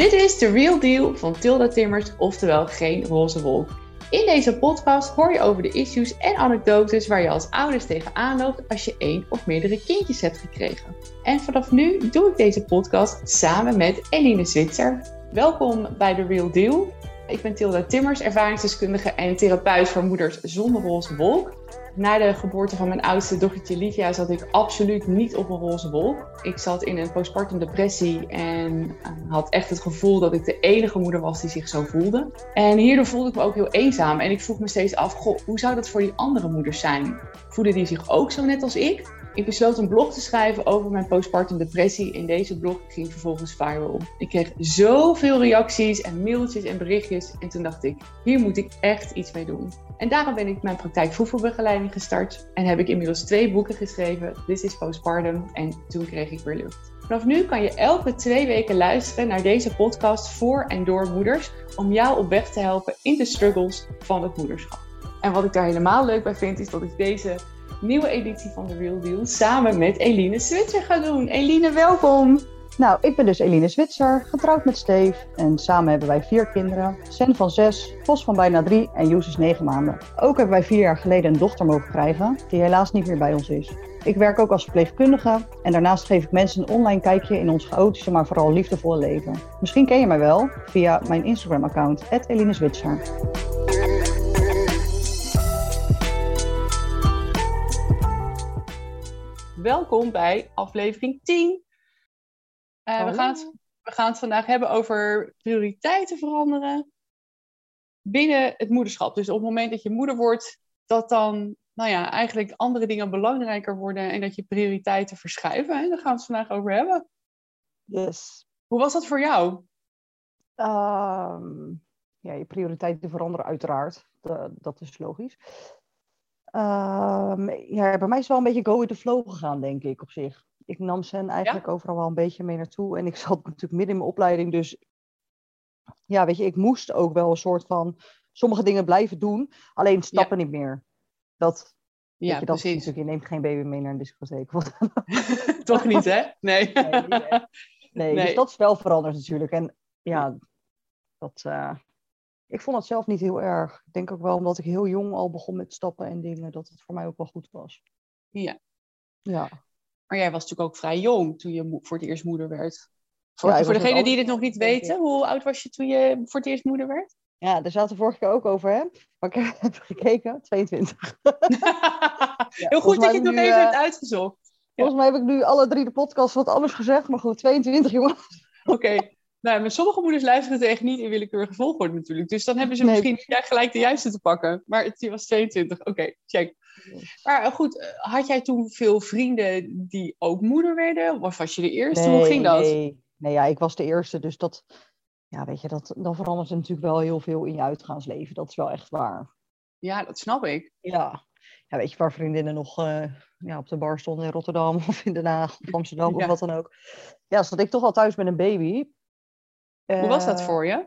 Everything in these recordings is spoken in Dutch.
Dit is The Real Deal van Tilda Timmers, oftewel Geen Roze Wolk. In deze podcast hoor je over de issues en anekdotes waar je als ouders tegenaan loopt als je 1 of meerdere kindjes hebt gekregen. En vanaf nu doe ik deze podcast samen met Eline Zwitser. Welkom bij The Real Deal. Ik ben Tilda Timmers, ervaringsdeskundige en therapeut voor moeders zonder roze wolk. Na de geboorte van mijn oudste dochtertje Livia zat ik absoluut niet op een roze wolk. Ik zat in een postpartum depressie en had echt het gevoel dat ik de enige moeder was die zich zo voelde. En hierdoor voelde ik me ook heel eenzaam en ik vroeg me steeds af, hoe zou dat voor die andere moeders zijn? Voelden die zich ook zo net als ik? Ik besloot een blog te schrijven over mijn postpartum depressie. In deze blog ging vervolgens viral. Ik kreeg zoveel reacties en mailtjes en berichtjes. En toen dacht ik, hier moet ik echt iets mee doen. En daarom ben ik mijn praktijk voedselbegeleiding gestart. En heb ik inmiddels 2 boeken geschreven. This is Postpartum en Toen kreeg ik weer lucht. Vanaf nu kan je elke 2 weken luisteren naar deze podcast voor en door moeders. Om jou op weg te helpen in de struggles van het moederschap. En wat ik daar helemaal leuk bij vind is dat ik deze nieuwe editie van The Real Deal samen met Eline Zwitser ga doen. Eline, welkom! Nou, ik ben dus Eline Zwitser, getrouwd met Steve en samen hebben wij 4 kinderen. Sen van 6, Vos van bijna 3 en Joes is 9 maanden. Ook hebben wij 4 jaar geleden een dochter mogen krijgen, die helaas niet meer bij ons is. Ik werk ook als verpleegkundige en daarnaast geef ik mensen een online kijkje in ons chaotische, maar vooral liefdevolle leven. Misschien ken je mij wel via mijn Instagram-account, @Eline Zwitser. Welkom bij aflevering 10. We gaan het vandaag hebben over prioriteiten veranderen binnen het moederschap. Dus op het moment dat je moeder wordt, dat dan eigenlijk andere dingen belangrijker worden en dat je prioriteiten verschuiven. Daar gaan we het vandaag over hebben. Yes. Hoe was dat voor jou? Je prioriteiten veranderen uiteraard. Dat is logisch. Bij mij is het wel een beetje go with the flow gegaan, denk ik, op zich. Ik nam Sen eigenlijk overal wel een beetje mee naartoe. En ik zat natuurlijk midden in mijn opleiding. Dus ja, weet je, ik moest ook wel een soort van sommige dingen blijven doen. Alleen stappen niet meer. Precies. Je neemt geen baby mee naar een discotheek. Toch niet, hè? Nee. Nee, dus dat is wel veranderd natuurlijk. En ja, ik vond het zelf niet heel erg. Ik denk ook wel omdat ik heel jong al begon met stappen en dingen, dat het voor mij ook wel goed was. Ja. Ja. Maar jij was natuurlijk ook vrij jong toen je voor het eerst moeder werd. Voor degenen die dit nog niet weten, hoe oud was je toen je voor het eerst moeder werd? Ja, daar zaten we vorige keer ook over, hè? Maar ik heb gekeken, 22. Heel goed dat je het nog even hebt uitgezocht. Volgens mij heb ik nu alle 3 de podcasts wat anders gezegd, maar goed, 22 jongens. Oké. Nou, met sommige moeders luisteren het echt niet in willekeurige volgorde natuurlijk. Dus dan hebben ze misschien niet gelijk de juiste te pakken. Maar het was 22. Oké, check. Maar goed, had jij toen veel vrienden die ook moeder werden? Of was je de eerste? Hoe ging dat? Nee, ik was de eerste. Dus dat, ja, weet je, dan verandert er natuurlijk wel heel veel in je uitgaansleven. Dat is wel echt waar. Ja, dat snap ik. Ja, weet je, waar vriendinnen nog op de bar stonden in Rotterdam of in Den Haag of Amsterdam of wat dan ook. Ja, zat ik toch al thuis met een baby. Hoe was dat voor je?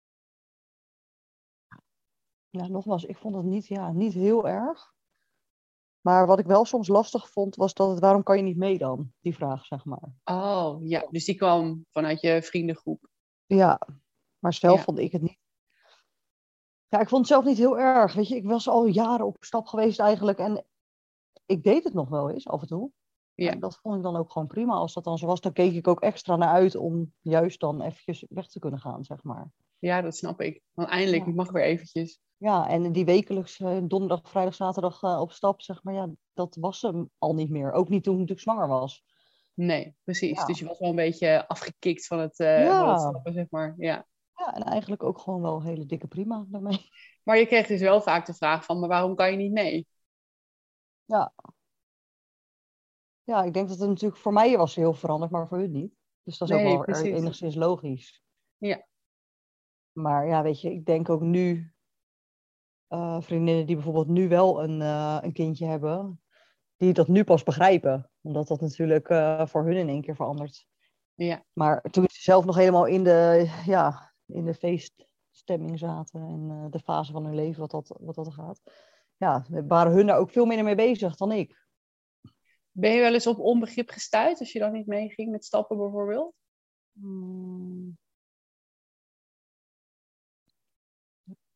Nou, nogmaals, ik vond het niet heel erg. Maar wat ik wel soms lastig vond, was waarom kan je niet mee dan? Die vraag, zeg maar. Oh, ja. Dus die kwam vanuit je vriendengroep. Ja, maar zelf vond ik het niet. Ja, ik vond het zelf niet heel erg. Weet je, ik was al jaren op stap geweest eigenlijk. En ik deed het nog wel eens, af en toe. Ja. En dat vond ik dan ook gewoon prima. Als dat dan zo was, dan keek ik ook extra naar uit om juist dan eventjes weg te kunnen gaan, zeg maar. Ja, dat snap ik. Want eindelijk, ik mag weer eventjes. Ja, en die wekelijks donderdag, vrijdag, zaterdag op stap, zeg maar, ja, dat was hem al niet meer. Ook niet toen ik natuurlijk zwanger was. Nee, precies. Ja. Dus je was wel een beetje afgekikt van het stappen, zeg maar. Ja. Ja, en eigenlijk ook gewoon wel een hele dikke prima daarmee. Maar je kreeg dus wel vaak de vraag van, maar waarom kan je niet mee? Ja. Ja, ik denk dat het natuurlijk voor mij was heel veranderd, maar voor hun niet. Dus dat is ook wel enigszins logisch. Ja. Maar ja, weet je, ik denk ook nu, vriendinnen die bijvoorbeeld nu wel een kindje hebben, die dat nu pas begrijpen. Omdat dat natuurlijk voor hun in één keer verandert. Ja. Maar toen ze zelf nog helemaal in de feeststemming zaten en de fase van hun leven wat dat gaat. Ja, waren hun daar ook veel minder mee bezig dan ik. Ben je wel eens op onbegrip gestuit als je dan niet meeging met stappen bijvoorbeeld?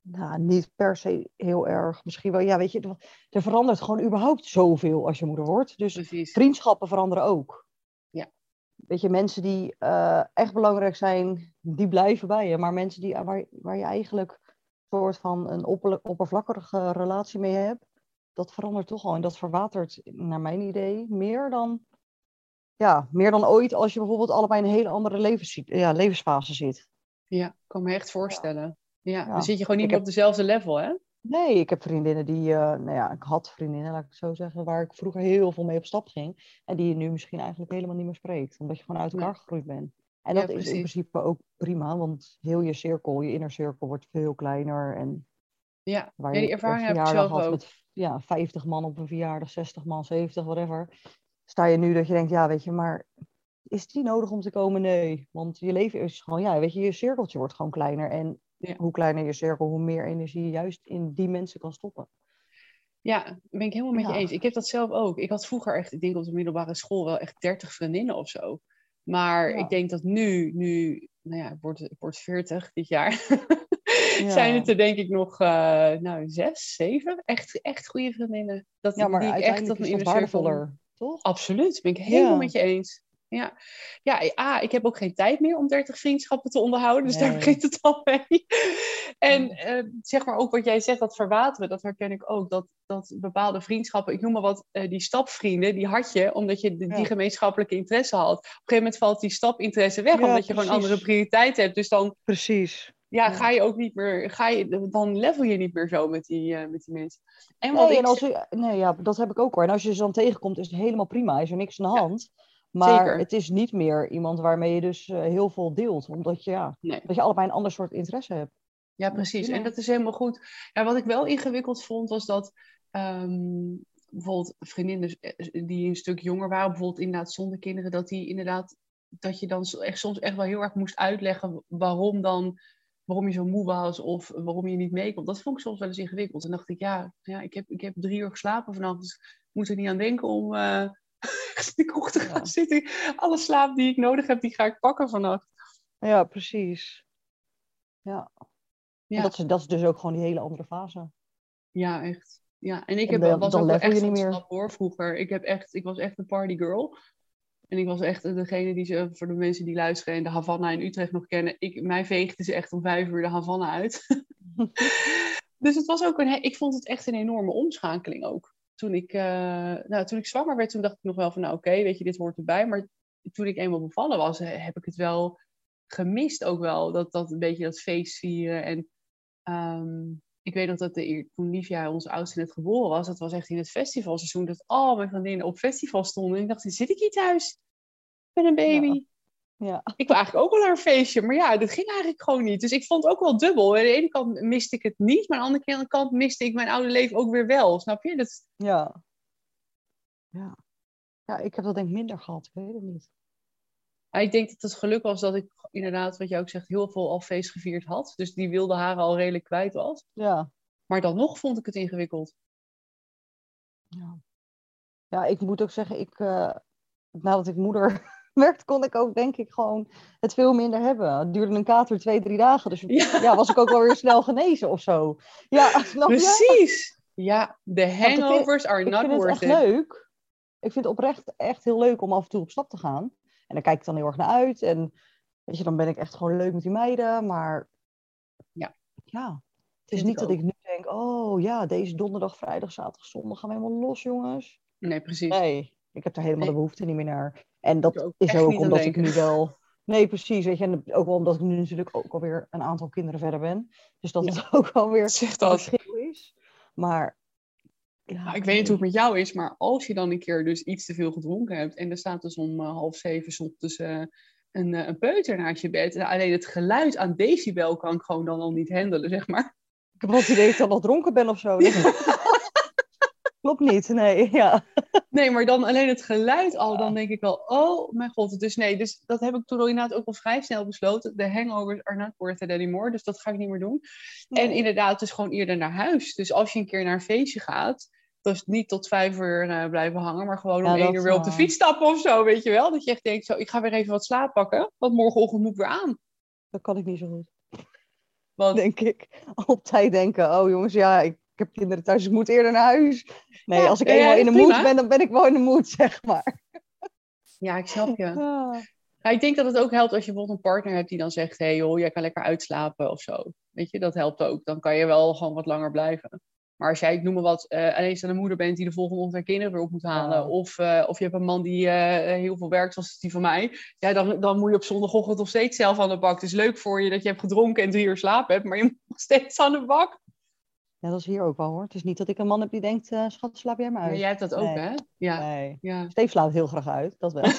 Nou, niet per se heel erg. Misschien wel, ja, weet je, er verandert gewoon überhaupt zoveel als je moeder wordt. Dus Precies. vriendschappen veranderen ook. Ja. Weet je, mensen die echt belangrijk zijn, die blijven bij je. Maar mensen waar je eigenlijk een soort van een oppervlakkige relatie mee hebt, dat verandert toch al. En dat verwatert, naar mijn idee, meer dan ooit als je bijvoorbeeld allebei in een hele andere levensfase zit. Ja, ik kan me echt Ja. voorstellen. Ja, dan Ja. zit je gewoon niet meer op dezelfde level, hè? Nee, ik heb vriendinnen ik had vriendinnen, laat ik het zo zeggen, waar ik vroeger heel veel mee op stap ging. En die je nu misschien eigenlijk helemaal niet meer spreekt, omdat je gewoon uit elkaar Nee. gegroeid bent. En Ja, dat is in precies. principe ook prima, want heel je inner cirkel wordt veel kleiner. En Ja, waar ja, je die een ervaring heb ik verjaardag zelf had ook. met 50 man op een verjaardag, 60 man, 70, whatever. Sta je nu dat je denkt, ja, weet je, maar is die nodig om te komen? Nee, want je leven is gewoon, ja, weet je, je cirkeltje wordt gewoon kleiner. En Ja. hoe kleiner je cirkel, hoe meer energie je juist in die mensen kan stoppen. Ja, ben ik helemaal met je eens. Ja, Ik heb dat zelf ook. Ik had vroeger echt, ik denk op de middelbare school wel echt 30 vriendinnen of zo. Maar ik ja, denk dat nu, nou ja, ik word 40 dit jaar. Zijn het ja. er denk ik nog, 6, 7 echt goede vriendinnen. Ja, maar Die ik echt uiteindelijk tot is mijn dat inner circle. waardevoller, toch? Absoluut, ben ik helemaal Ja, met je eens. Ja, ja, ik heb ook geen tijd meer om 30 vriendschappen te onderhouden, dus daar nee. begint het al mee. En Ja, zeg maar ook wat jij zegt, dat verwateren, dat herken ik ook. Dat bepaalde vriendschappen, ik noem maar wat, die stapvrienden, die had je omdat je die ja, gemeenschappelijke interesse had. Op een gegeven moment valt die stapinteresse weg, ja, omdat je gewoon andere precies. prioriteiten hebt. Dus dan Precies. ja, Ja. ga je ook niet meer, dan level je niet meer zo met die mensen. En wat Nee, en ik als zeg, je, nee, ja, dat heb ik ook hoor. En als je ze dan tegenkomt, is het helemaal prima. Is er niks aan de ja, hand. Maar zeker. het is niet meer iemand waarmee je dus heel veel deelt. Omdat Nee. dat je allebei een ander soort interesse hebt. Ja, Dat is precies. En prima. dat is helemaal goed. Ja, wat ik wel ingewikkeld vond, was dat bijvoorbeeld vriendinnen die een stuk jonger waren, bijvoorbeeld inderdaad zonder kinderen, dat je dan soms echt wel heel erg moest uitleggen waarom je zo moe was of waarom je niet meekomt. Dat vond ik soms wel eens ingewikkeld. En dacht ik, ja ik heb 3 uur geslapen vannacht, dus ik moet er niet aan denken om in de kroeg te gaan Ja, zitten. Alle slaap die ik nodig heb, die ga ik pakken vannacht. ja, precies. Ja. En Ja. dat is dus ook gewoon die hele andere fase. Ja, echt. Ja, en En was dan ook wel level echt je niet zo'n meer. slap hoor vroeger. Ik was echt een partygirl. En ik was echt degene die ze, voor de mensen die luisteren en de Havana in Utrecht nog kennen, mij veegde ze echt om 5 uur de Havana uit. Dus het was ook ik vond het echt een enorme omschakeling ook. Toen ik zwanger werd, toen dacht ik nog wel van, nou oké, weet je, dit hoort erbij. Maar toen ik eenmaal bevallen was, heb ik het wel gemist ook wel. Dat een beetje dat feest vieren. En ik weet nog dat toen Livia, onze oudste, net geboren was, dat was echt in het festivalseizoen, dat al mijn vriendinnen op festival stonden. En ik dacht, zit ik hier thuis met een Ja, baby? ja, Ik wil eigenlijk ook wel naar een feestje, maar ja, dat ging eigenlijk gewoon niet. Dus ik vond het ook wel dubbel. Aan de ene kant miste ik het niet, maar aan de andere kant miste ik mijn oude leven ook weer wel. Snap je? ja, ja. Ja, ik heb dat denk ik minder gehad. Ik weet het niet. Ik denk dat het geluk was dat ik inderdaad, wat jij ook zegt, heel veel al feest gevierd had. Dus die wilde haren al redelijk kwijt was. Ja, Maar dan nog vond ik het ingewikkeld. ja. Ja, ik moet ook zeggen, nadat ik moeder werd, kon ik ook denk ik gewoon het veel minder hebben. Het duurde een kater 2, 3 dagen. Dus Ja, ja, was ik ook wel weer snel genezen of zo. Ja, snap je? precies. Ja, de Ja, want hangovers are ik not vind het worth echt it. leuk. Ik vind het oprecht echt heel leuk om af en toe op stap te gaan. En daar kijk ik dan heel erg naar uit. En weet je, dan ben ik echt gewoon leuk met die meiden. Maar Ja, ja, het is vind ik niet dat ik ook. nu denk, oh ja, deze donderdag, vrijdag, zaterdag, zondag gaan we helemaal los, jongens. Nee, precies. Nee, ik heb daar helemaal de Nee, behoefte niet meer naar. En moet er dat ook is echt ook niet aan omdat ik denken. nu wel... Nee, precies, weet je. En ook wel omdat ik nu natuurlijk ook alweer een aantal kinderen verder ben. Dus dat Ja, het ook wel weer zeg een dat. verschil is. Maar Nou, ja, ik weet niet hoe het nee. met jou is, maar als je dan een keer dus iets te veel gedronken hebt en er staat dus om 6:30 's ochtends een peuter naast je bed. Nou, alleen het geluid aan decibel kan ik gewoon dan al niet handelen, zeg maar. Ik heb wel het idee dat ik dan nog dronken ben of zo. Nee, klopt niet, nee, ja. Nee, maar dan alleen het geluid al, dan Ja, denk ik al, oh mijn god. Dus nee, dus dat heb ik toen inderdaad ook al vrij snel besloten. De hangovers are not worth it anymore, dus dat ga ik niet meer doen. En nee. inderdaad, dus gewoon eerder naar huis. Dus als je een keer naar een feestje gaat, dus niet tot 5 uur blijven hangen, maar gewoon om Ja, 1 uur weer op de fiets stappen of zo, weet je wel. Dat je echt denkt, zo, ik ga weer even wat slaap pakken, want morgenochtend moet ik weer aan. dat kan ik niet zo goed. Wat? denk ik. Op tijd denken, oh jongens, ja, ik heb kinderen thuis, ik moet eerder naar huis. Nee, Ja, als ik ja, eenmaal ja, in de prima. mood ben, dan ben ik wel in de mood, zeg maar. Ja, ik snap je. Ja. Ja, ik denk dat het ook helpt als je bijvoorbeeld een partner hebt die dan zegt, hey joh, jij kan lekker uitslapen of zo. Weet je, dat helpt ook. Dan kan je wel gewoon wat langer blijven. Maar als jij, ik noem maar wat, alleenstaande moeder bent die de volgende ochtend haar kinderen weer op moet halen. Ja. Of je hebt een man die heel veel werkt, zoals die van mij. Ja, dan moet je op zondagochtend nog steeds zelf aan de bak. Het is leuk voor je dat je hebt gedronken en 3 uur slaap hebt, maar je moet nog steeds aan de bak. Ja, dat is hier ook wel hoor. Het is niet dat ik een man heb die denkt, schat, slaap jij maar Ja, uit. jij hebt dat ook, Nee. hè? Ja. Nee. Ja. Steve slaapt heel graag uit, dat wel.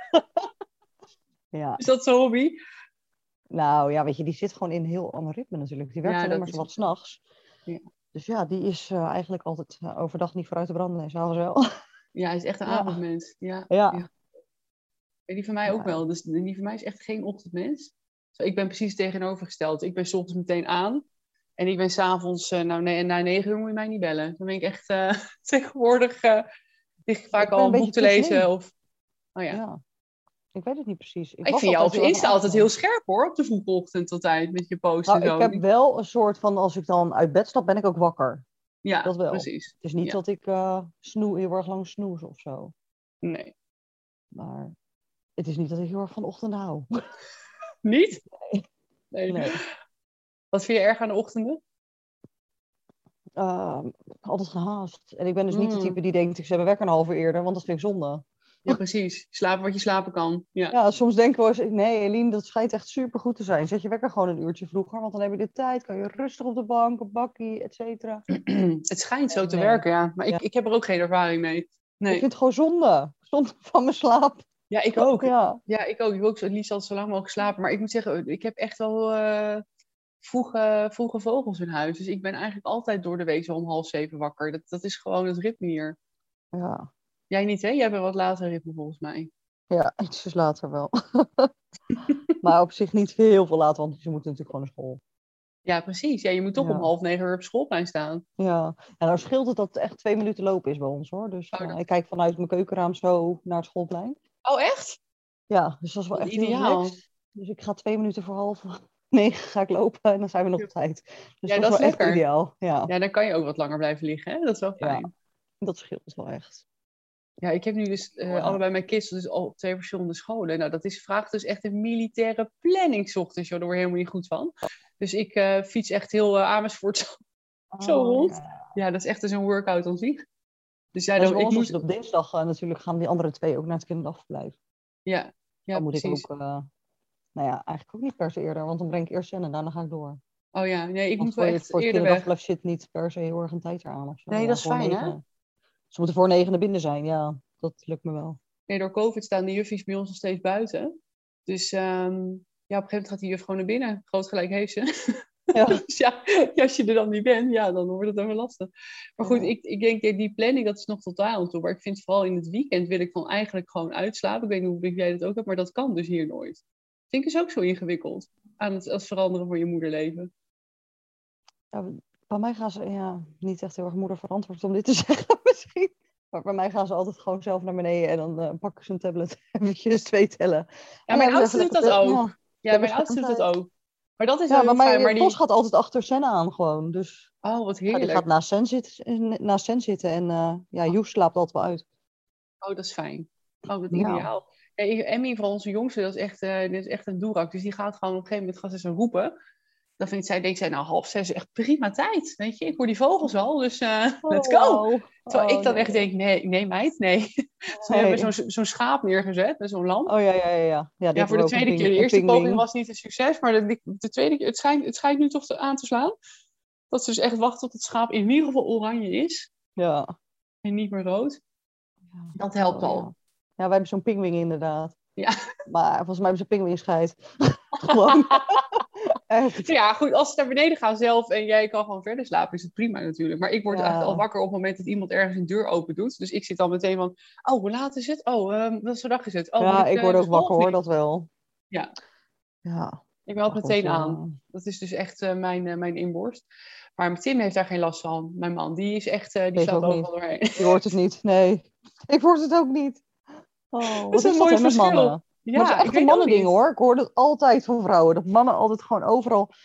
Ja. Is dat zo'n hobby? Nou ja, weet je, die zit gewoon in een heel ander ritme natuurlijk. Die werkt Ja, alleen dat maar zo is wat ook zo. 's nachts. Ja. Dus ja, die is eigenlijk altijd overdag niet vooruit te branden en s'avonds wel. Ja, hij is echt een Ja. avondmens. Ja. Ja. Ja, die van mij ook wel. Dus die van mij is echt geen ochtendmens. Zo, ik ben precies tegenovergesteld. Ik ben 's ochtends meteen aan. En ik ben s'avonds, na 9 uur moet je mij niet bellen. Dan ben ik echt tegenwoordig lig ik vaak Ik ben al een een boek beetje te lezen. tussenin. Of, oh ja. Ja. Ik weet het niet precies. Ik was vind jou op altijd heel erg Insta een altijd heel avondmens. scherp hoor. Op de vroege ochtend altijd. Met je posts en Nou, ik zo. heb wel een soort van, als ik dan uit bed stap, ben ik ook wakker. Dat Ja, wel. precies. Het is niet Ja. dat ik heel erg lang snoes of zo. Nee. Maar het is niet dat ik heel erg van de ochtend hou. Niet? Nee. Nee. Nee. Wat vind je erg aan de ochtenden? Altijd gehaast. En ik ben dus niet de Mm. type die denkt, ik zet mijn wekker een half uur eerder, want dat vind ik zonde. Ja, precies. Slapen wat je slapen kan. Ja. Ja, soms denken we eens, nee Eline, dat schijnt echt super goed te zijn. Zet je wekker gewoon een uurtje vroeger, want dan heb je de tijd, kan je rustig op de bank, een bakkie, et cetera. Het schijnt zo te Nee. werken, ja. Maar Ja. ik heb er ook geen ervaring mee. Ik Nee. vind het gewoon zonde. Zonde van mijn slaap. Ja, ik ook. Ja. Ja, ik ook. Ik wil ook het liefst altijd zo lang mogelijk slapen. Maar ik moet zeggen, ik heb echt wel vroege vogels in huis. Dus ik ben eigenlijk altijd door de week zo om 6:30 wakker. Dat is gewoon het ritme hier. Ja. Jij niet, hè? Jij hebt een wat later ritme volgens mij. Ja, ietsjes later wel. Maar op zich niet heel veel later, want je moet natuurlijk gewoon naar school. Ja, precies. Ja, je moet toch Ja. om 8:30 weer op schoolplein staan. Ja, en nou scheelt het dat het echt 2 minuten lopen is bij ons hoor. Dus Oh, dat- ik kijk vanuit mijn keukenraam zo naar het schoolplein. Oh, echt? Ja, dus dat is wel Wat echt heel ideaal. relaxed. Dus ik ga 2 minuten voor 8:30 ga ik lopen en dan zijn we nog op tijd. Dus Ja, dat dat is is wel echt lekker. ideaal. Ja, Ja, dan kan je ook wat langer blijven liggen, hè? Dat is wel fijn. dat scheelt wel echt. Ja, ik heb nu dus Ja. allebei mijn kids dus al op 2 verschillende scholen. Nou, vraagt dus echt een militaire planning 's ochtends, joh. Daar word je helemaal niet goed van. Dus ik fiets echt heel Amersfoort zo rond. Ja. Ja, dat is echt zo'n workout aan zich. Dus ja, En dan, bij ik ons is moet... het op dinsdag natuurlijk gaan die andere 2 ook naar het kinderdagverblijf. Ja, ja, Dan moet precies. ik ook, nou ja, eigenlijk ook niet per se eerder, want dan breng ik eerst Jen en daarna ga ik door. Oh ja, nee, ik Want moet wel echt voor het eerder weg. kinderdagverblijf zit niet per se heel erg een tijd eraan of zo. Nee, Ja, dat is voor fijn, hè? 9. Ze moeten voor 9 er binnen zijn, ja. Dat lukt me wel. Nee, door COVID staan de juffies bij ons nog steeds buiten. Dus ja, op een gegeven moment gaat die juf gewoon naar binnen. Groot gelijk heeft ze. Ja. Dus ja, als je er dan niet bent, ja, dan wordt het even lastig. Maar goed, Ja. ik denk die planning, dat is nog totaal aan toe. Maar ik vind vooral in het weekend wil ik dan eigenlijk gewoon uitslapen. Ik weet niet hoe jij dat ook hebt, maar dat kan dus hier nooit. Vind ik is ook zo ingewikkeld. Aan het veranderen van je moederleven. Ja, bij mij gaan ze niet echt heel erg moederverantwoord om dit te zeggen misschien. Maar bij mij gaan ze altijd gewoon zelf naar beneden en dan pakken ze een tablet eventjes 2 tellen. Ja, mijn oudste doet dat ook. Ja, Ja, mijn oudste doet dat ook. Maar dat is ja wel maar heel fijn. Maar Vos die... gaat altijd achter Sen aan gewoon. Dus Oh, wat ja, die heerlijk. gaat naast Sen zitten en Joes slaapt altijd wel uit. Oh, dat is fijn. Oh, wat Ja. ideaal. Ja, Emmy, van onze jongste, dat is echt een doerak. Dus die gaat gewoon op een gegeven moment gaan ze zo roepen. Dan denkt zij, nou 5:30 is echt prima tijd. Weet je, ik hoor die vogels al, dus let's go. Wow. Terwijl ik dan nee. echt denk, nee meid, nee. Ze Nee. hebben zo'n schaap neergezet met zo'n lamp. Oh ja. Ja, dit voor de ook tweede een keer. De een eerste pingwing. poging was niet een succes, maar de tweede keer, het schijnt nu toch aan te slaan. Dat ze dus echt wachten tot het schaap in ieder geval oranje is. Ja. En niet meer rood. Dat helpt Oh, al. ja. Ja, wij hebben zo'n pingwing inderdaad. Ja. Maar volgens mij hebben ze pingwingscheid. Gewoon. Echt. Ja, goed, als ze naar beneden gaan zelf en jij kan gewoon verder slapen, is het prima natuurlijk. Maar ik word echt al wakker op het moment dat iemand ergens een deur open doet. Dus ik zit dan meteen van, oh, hoe laat is het? Oh, wat voor dag is het? Oh, Ja, moet ik word naar ook school wakker of hoor, niet? dat wel. Ja. Ja. Ik meld Maar meteen goed, aan. Dat is dus echt mijn inborst. Maar Tim heeft daar geen last van. Mijn man, die is echt, die Deze slaat ook overal doorheen. Je hoort het niet, nee. Ik hoor het ook niet. Oh, wat Dat is een is mooi dat hè, met verschil. mannen? Ja, Maar het is ik echt weet een ook mannending niet. hoor. Ik hoor het altijd van vrouwen. Dat mannen altijd gewoon overal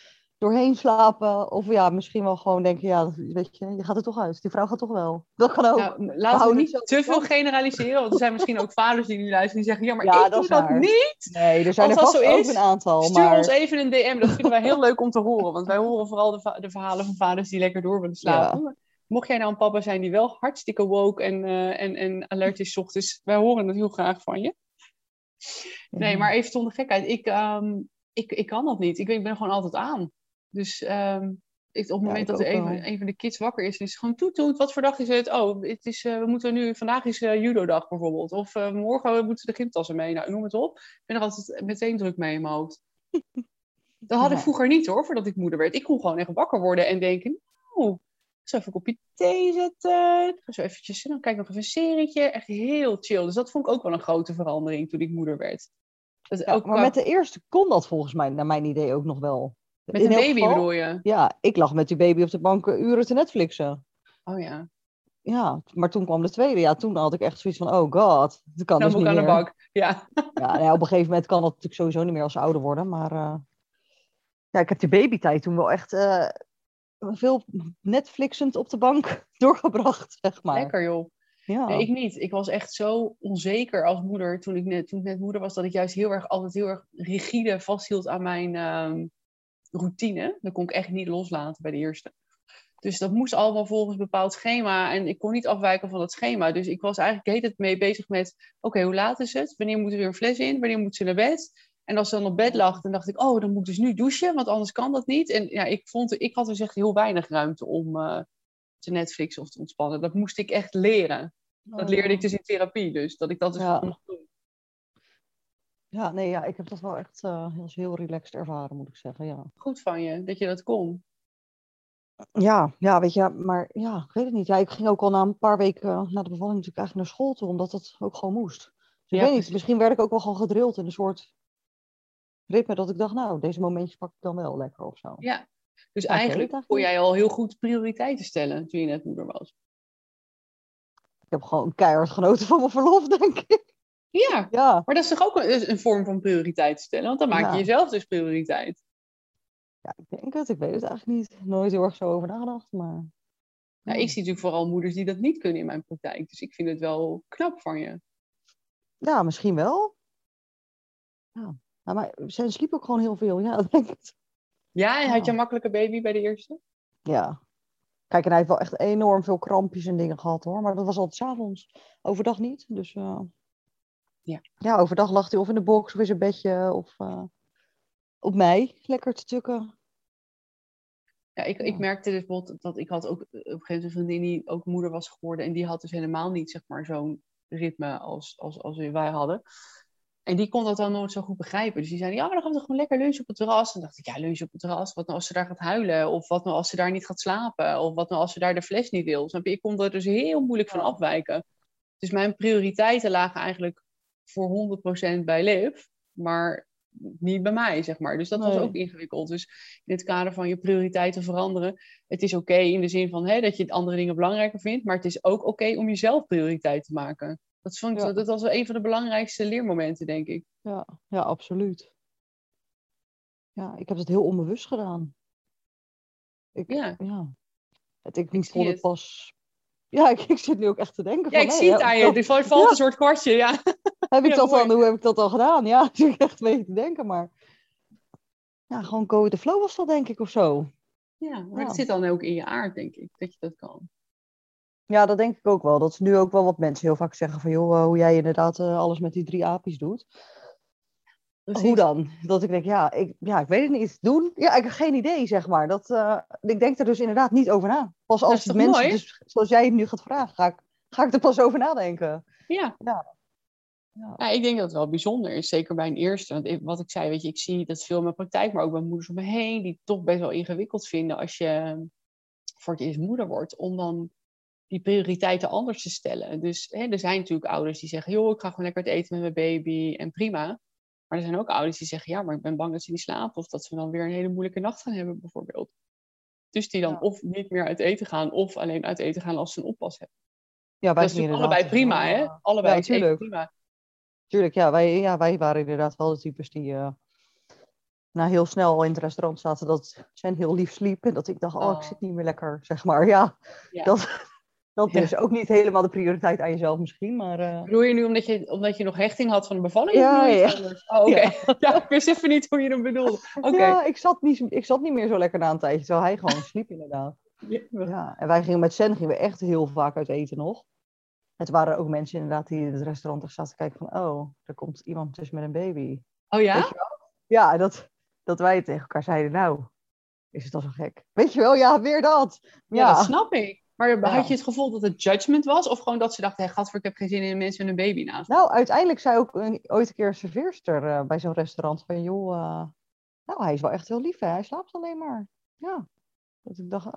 doorheen slapen. Of ja, misschien wel gewoon denken, ja, weet je gaat er toch uit. Die vrouw gaat toch wel. Dat kan ook. Nou, laten we houden het niet zo te veel stand. generaliseren. Want er zijn misschien ook vaders die nu luisteren die zeggen... Ja, maar Ja, ik dat doe is dat waar. niet. Nee, er zijn Als er dat zo vast ook een is, aantal. stuur ons Maar even een DM. Dat vinden wij heel leuk om te horen. Want wij horen vooral de verhalen van vaders die lekker door willen ja. slapen. Mocht jij nou een papa zijn die wel hartstikke woke en alert is 's ochtends... Wij horen het heel graag van je. Nee, maar even zonder gekheid. Ik kan dat niet. Ik ben gewoon altijd aan. Dus op het moment Ik dat ook wel. een van de kids wakker is het gewoon toet. Wat voor dag is het? Oh, vandaag is judo-dag bijvoorbeeld. Of morgen moeten de gymtassen mee. Nou, noem het op. Ik ben er altijd meteen druk mee in mijn hoofd. Dat had ik Ja. vroeger niet hoor, voordat ik moeder werd. Ik kon gewoon echt wakker worden en denken, nou, ik zal even een kopje thee zetten. Ik ga zo eventjes, dan kijk ik nog even een serietje. Echt heel chill. Dus dat vond ik ook wel een grote verandering toen ik moeder werd. Dat Ja, ook maar met de eerste kon dat volgens mij, naar mijn idee, ook nog wel. met In een elk baby geval, bedoel je? ja, ik lag met die baby op de bank uren te Netflixen. Oh ja. Ja, maar toen kwam de tweede. Ja, toen had ik echt zoiets van, oh god, dat kan Nou dus moet ik niet aan de meer. bak. Ja. Ja, nou ja, op een gegeven moment kan dat natuurlijk sowieso niet meer als ze ouder worden. Maar ja, ik heb die babytijd toen wel echt veel Netflixend op de bank doorgebracht, zeg maar. Lekker joh. Ja, Nee, ik niet. Ik was echt zo onzeker als moeder toen ik net moeder was, dat ik juist altijd heel erg rigide vasthield aan mijn routine. Dat kon ik echt niet loslaten bij de eerste. Dus dat moest allemaal volgens een bepaald schema. En ik kon niet afwijken van dat schema. Dus ik was eigenlijk de hele tijd mee bezig met... Oké, hoe laat is het? Wanneer moet er weer een fles in? Wanneer moet ze naar bed? En als ze dan op bed lag, dan dacht ik... Oh, dan moet ik dus nu douchen, want anders kan dat niet. En ja, ik had dus echt heel weinig ruimte om te Netflixen of te ontspannen. Dat moest ik echt leren. Dat leerde ik dus in therapie. Dus dat ik dat dus gewoon ja. mocht doen. Ja, nee, ja, ik heb dat wel echt heel relaxed ervaren, moet ik zeggen, ja. Goed van je, dat je dat kon. Ja, weet je, maar ja, ik weet het niet. Ja, ik ging ook al na een paar weken na de bevalling natuurlijk eigenlijk naar school toe, omdat dat ook gewoon moest. Dus ik Ja, weet niet, precies. misschien werd ik ook wel gewoon gedrild in een soort ritme dat ik dacht, nou, deze momentjes pak ik dan wel lekker of zo. Ja. Dus Ja, ik weet het eigenlijk eigenlijk kon niet. jij al heel goed prioriteiten stellen toen je net moeder was. Ik heb gewoon keihard genoten van mijn verlof, denk ik. Ja, Ja, maar dat is toch ook een vorm van prioriteit stellen? Want dan maak je ja, jezelf dus prioriteit. ja, ik denk het. Ik weet het eigenlijk niet. Nooit heel erg zo over nagedacht, maar Nou, ja. ik zie natuurlijk vooral moeders die dat niet kunnen in mijn praktijk. Dus ik vind het wel knap van je. Ja, misschien wel. Ja. Nou, maar ze sliep ook gewoon heel veel. Ja, dat denk ik. Ja, en had je Ja. een makkelijke baby bij de eerste? Ja. Kijk, en hij heeft wel echt enorm veel krampjes en dingen gehad hoor. Maar dat was altijd 's avonds. Overdag niet. Dus ja, overdag lag hij of in de box of in zijn bedje. Of op mij. Lekker te tukken. Ja, ik Ja. merkte dus bijvoorbeeld dat ik had ook op een gegeven moment een vriendin die ook moeder was geworden. En die had dus helemaal niet, zeg maar, zo'n ritme als wij hadden. En die kon dat dan nooit zo goed begrijpen. Dus die zei, ja, maar dan gaan we toch gewoon lekker lunchen op het terras. En dan dacht ik, ja, lunchen op het terras. Wat nou als ze daar gaat huilen? Of wat nou als ze daar niet gaat slapen? Of wat nou als ze daar de fles niet wil? Snap je? Ik kon er dus heel moeilijk van Ja. afwijken. Dus mijn prioriteiten lagen eigenlijk voor 100% bij Liv. Maar niet bij mij, zeg maar. Dus dat was ook Nee. ingewikkeld. Dus in het kader van je prioriteiten veranderen. Het is oké in de zin van dat je andere dingen belangrijker vindt. Maar het is ook oké om jezelf prioriteit te maken. Ja. Dat was wel een van de belangrijkste leermomenten, denk ik. Ja. Ja, absoluut. Ja, ik heb het heel onbewust gedaan. Ja, Ja. ik Ik zie vond het het. pas... Ja, ik zit nu ook echt te denken Ja, van... ik Nee, zie het aan je. Er valt een soort kwartje, ja. heb ik Ja, dat mooi. dan, hoe heb ik dat al gedaan? Ja, ik zit echt een beetje te denken, maar... Ja, gewoon go with the flow was dat, denk ik, of zo. Ja, maar dat Ja. zit dan ook in je aard, denk ik, dat je dat kan. Ja, dat denk ik ook wel. Dat is nu ook wel wat mensen heel vaak zeggen van... joh, hoe jij inderdaad alles met die 3 apies doet. Hoe Precies. dan? Dat ik denk, ik weet het niet. Doen? Ja, ik heb geen idee, zeg maar. Ik denk er dus inderdaad niet over na. Pas Dat als is toch mensen, mooi? dus zoals jij het nu gaat vragen, ga ik er pas over nadenken. Ja. Ja, ja, Ja, ik denk dat het wel bijzonder is, zeker bij een eerste. Want wat ik zei, weet je, ik zie dat veel in mijn praktijk, maar ook bij moeders om me heen, die het toch best wel ingewikkeld vinden als je voor het eerst moeder wordt, om dan die prioriteiten anders te stellen. Dus er zijn natuurlijk ouders die zeggen, joh, ik ga gewoon lekker het eten met mijn baby en prima. Maar er zijn ook ouders die zeggen, ja, maar ik ben bang dat ze niet slapen of dat ze dan weer een hele moeilijke nacht gaan hebben, bijvoorbeeld. Dus die dan ja. of niet meer uit eten gaan of alleen uit eten gaan als ze een oppas hebben. Ja, wij Dat is gingen natuurlijk inderdaad allebei prima, wel... hè? ja, Allebei is even natuurlijk. prima. Tuurlijk, ja, wij waren inderdaad wel de types die na heel snel al in het restaurant zaten dat Jen heel lief sliep. En dat ik dacht, ik Oh, zit niet meer lekker, zeg maar. Ja, ja. dat, dat Ja. dus. Ook niet helemaal de prioriteit aan jezelf misschien, maar... Bedoel je nu omdat je nog hechting had van de bevalling? Of Ja, bedoel je ja. iets anders? Oh, oké. Ja. Ja, ik wist even niet hoe je hem bedoelde. Oké. Ja, ik zat niet meer zo lekker na een tijdje, terwijl hij gewoon sliep inderdaad. Ja. Ja, en wij gingen met Sen gingen we echt heel vaak uit eten nog. Het waren ook mensen inderdaad die in het restaurant echt zaten te kijken van, er komt iemand tussen met een baby. Oh ja? Weet je wel? Ja, dat wij tegen elkaar zeiden, nou, is het al zo gek? Weet je wel, ja, weer dat. Ja, dat Ja, snap ik. Maar ja. had je het gevoel dat het judgment was? Of gewoon dat ze dachten, hey, gadver, ik heb geen zin in een mens met een baby naast me? Nou, uiteindelijk zei ook ooit een keer een serveerster bij zo'n restaurant van, joh, nou, hij is wel echt heel lief, hè? Hij slaapt alleen maar. Ja, dat ik dacht,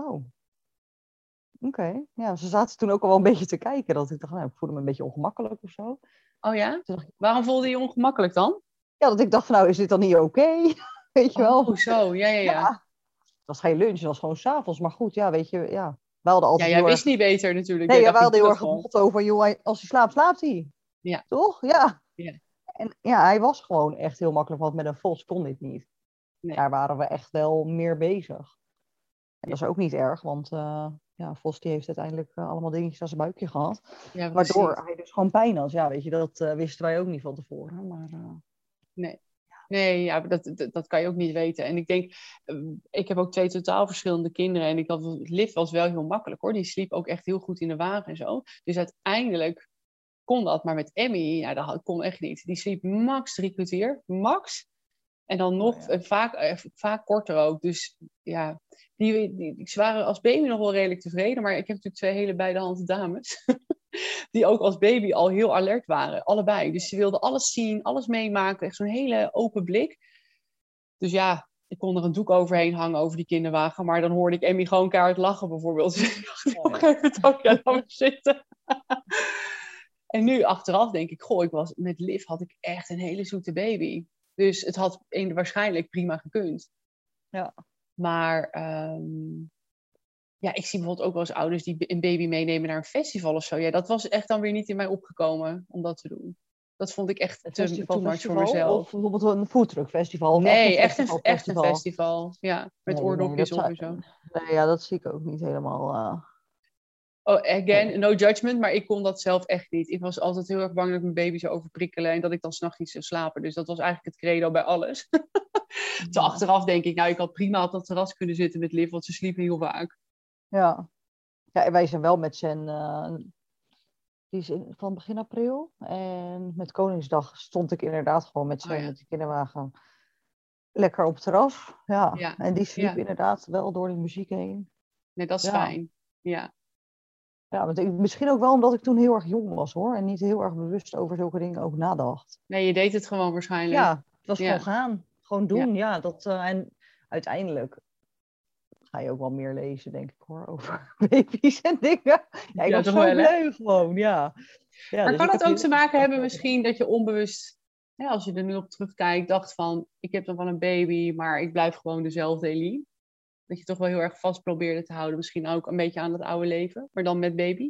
oké. Ja, ze zaten toen ook al wel een beetje te kijken, dat ik dacht, nou, ik voelde me een beetje ongemakkelijk of zo. Oh ja? Toen dacht ik, Waarom voelde je je ongemakkelijk dan? ja, dat ik dacht van, nou, is dit dan niet oké? Weet je wel? Oh, zo. Ja, ja, ja. Ja, het was geen lunch, het was gewoon 's avonds. Maar goed, ja, weet je, ja. Wij hadden Ja, altijd jij heel wist erg... niet beter natuurlijk. Nee, Jij ja, dacht, wij ik hadden doe heel dat erg het gewoon. motto van, joh, als hij slaapt, slaapt hij. Ja. Toch? Ja. Ja. En ja, hij was gewoon echt heel makkelijk, want met een Vos kon dit niet. Nee. Daar waren we echt wel meer bezig. En dat is ook niet erg, want Vos die heeft uiteindelijk allemaal dingetjes aan zijn buikje gehad. Ja, Waardoor precies. hij dus gewoon pijn had. Ja, weet je, dat wisten wij ook niet van tevoren. Maar, Nee. Nee, ja, dat kan je ook niet weten. En ik denk, ik heb ook 2 totaal verschillende kinderen. En Liv was wel heel makkelijk hoor. Die sliep ook echt heel goed in de wagen en zo. Dus uiteindelijk kon dat. Maar met Emmy, ja, dat kon echt niet. Die sliep max 3 kwartier. Max. En dan nog vaak korter ook. Dus ja, ze waren als baby nog wel redelijk tevreden. Maar ik heb natuurlijk 2 hele bij de hand dames. Die ook als baby al heel alert waren. Allebei. Dus ze wilden alles zien, alles meemaken. Echt zo'n hele open blik. Dus ja, ik kon er een doek overheen hangen over die kinderwagen. Maar dan hoorde ik Emmy gewoon keihard lachen bijvoorbeeld. Dus ik dacht op een gegeven moment ook, ja, laat maar zitten. En nu achteraf denk ik, met Liv had ik echt een hele zoete baby. Dus het had waarschijnlijk prima gekund. Ja. Maar ja, ik zie bijvoorbeeld ook wel eens ouders die een baby meenemen naar een festival of zo. Ja, dat was echt dan weer niet in mij opgekomen om dat te doen. Dat vond ik echt too much voor mezelf. Of bijvoorbeeld een foodtruckfestival. Nee, echt een festival. Ja, met oordopjes op en zo. Nee, ja, dat zie ik ook niet helemaal. Oh, again, no judgment, maar ik kon dat zelf echt niet. Ik was altijd heel erg bang dat ik mijn baby zou overprikkelen en dat ik dan 's nachts niet zou slapen. Dus dat was eigenlijk het credo bij alles. Te achteraf denk ik, nou, ik had prima op dat terras kunnen zitten met Liv, want ze sliepen heel vaak. Ja. Ja, en wij zijn wel met Sen, die is van begin april. En met Koningsdag stond ik inderdaad gewoon met Sen met de kinderwagen lekker op het terras. Ja. En die sliep inderdaad wel door de muziek heen. Nee, dat is fijn. Ja. Ja, misschien ook wel omdat ik toen heel erg jong was hoor. En niet heel erg bewust over zulke dingen ook nadacht. Nee, je deed het gewoon waarschijnlijk. Ja, het was gewoon gaan. Gewoon doen, ja. En uiteindelijk ga je ook wel meer lezen, denk ik hoor, over baby's en dingen. Ja, ik was zo bleu gewoon, ja. Maar dus kan dat ook te maken hebben misschien dat je onbewust, als je er nu op terugkijkt, dacht van, ik heb dan wel een baby, maar ik blijf gewoon dezelfde Eline? Dat je toch wel heel erg vast probeerde te houden, misschien ook een beetje aan het oude leven, maar dan met baby?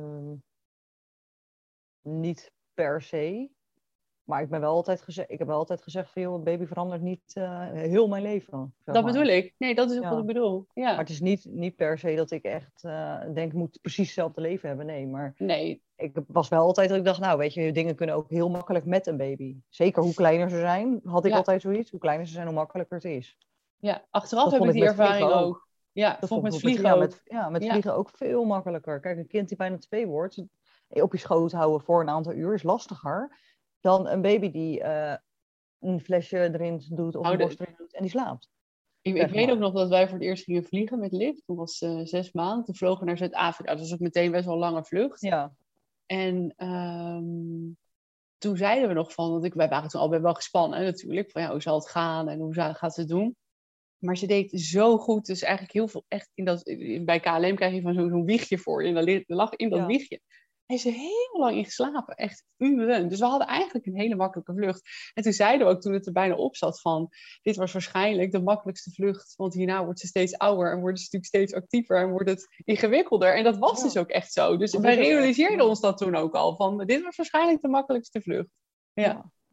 Niet per se. Maar ik heb wel altijd gezegd van, joh, een baby verandert niet heel mijn leven. Dat bedoel ik. Nee, dat is ook wat ik bedoel. Ja. Maar het is niet per se dat ik echt denk, ik moet precies hetzelfde leven hebben. Nee, maar ik was wel altijd dat ik dacht, nou, weet je, dingen kunnen ook heel makkelijk met een baby. Zeker hoe kleiner ze zijn, had ik altijd zoiets. Hoe kleiner ze zijn, hoe makkelijker het is. Ja, achteraf heb ik die ervaring ook. Ja, dat vond ik met vliegen ook. Met vliegen ook veel makkelijker. Kijk, een kind die bijna 2 wordt, op je schoot houden voor een aantal uur is lastiger dan een baby die een flesje erin doet of een borst erin doet en die slaapt. Ik weet ook nog dat wij voor het eerst gingen vliegen met Liv. Toen was 6 maanden. Toen vlogen we naar Zuid-Afrika. Dat was ook meteen best wel een lange vlucht. Ja. En toen zeiden we nog van, want wij waren toen al wel gespannen natuurlijk. Van hoe zal het gaan en hoe gaat ze het doen? Maar ze deed zo goed. Dus eigenlijk heel veel, echt bij KLM krijg je van zo'n wiegje voor je. En dan lag in dat wiegje. Heeft ze heel lang in geslapen. Echt uren. Dus we hadden eigenlijk een hele makkelijke vlucht. En toen zeiden we ook toen het er bijna op zat van, dit was waarschijnlijk de makkelijkste vlucht. Want hierna wordt ze steeds ouder en wordt ze natuurlijk steeds actiever en wordt het ingewikkelder. En dat was dus ook echt zo. Dus wij realiseerden ons dat toen ook al. Van, dit was waarschijnlijk de makkelijkste vlucht. Ja.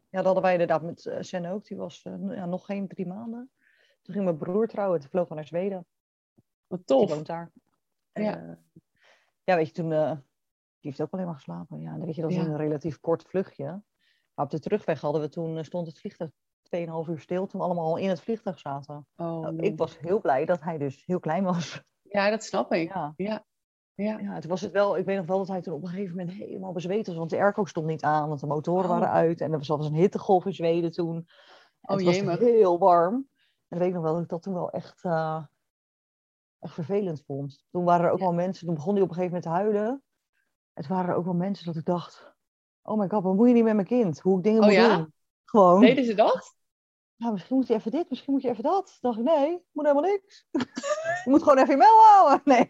dat hadden wij inderdaad met Sen ook. Die was nog geen 3 maanden. Toen ging mijn broer trouwen. Toen vlogen we naar Zweden. Wat Die tof. woont daar. Ja. Ja, weet je, toen... die heeft ook alleen maar geslapen. Ja, dan weet je, dat is een relatief kort vluchtje. Maar op de terugweg stond het vliegtuig 2,5 uur stil. Toen we allemaal al in het vliegtuig zaten. Ik was heel blij dat hij dus heel klein was. Ja, dat snap ik. Ja, toen was het wel... Ik weet nog wel dat hij toen op een gegeven moment helemaal bezweet was. Want de airco stond niet aan. Want de motoren waren uit. En er was een hittegolf in Zweden toen. En het was heel warm. En ik weet nog wel dat ik dat toen wel echt vervelend vond. Toen waren er ook wel mensen... Toen begon hij op een gegeven moment te huilen. En toen waren er ook wel mensen dat ik dacht... Oh my god, wat moet je niet met mijn kind? Hoe ik dingen moet doen. Gewoon. Deden ze dat? Nou, misschien moet je even dit, misschien moet je even dat. Toen dacht ik, nee, ik moet helemaal niks. Je moet gewoon even je mel houden. Nee.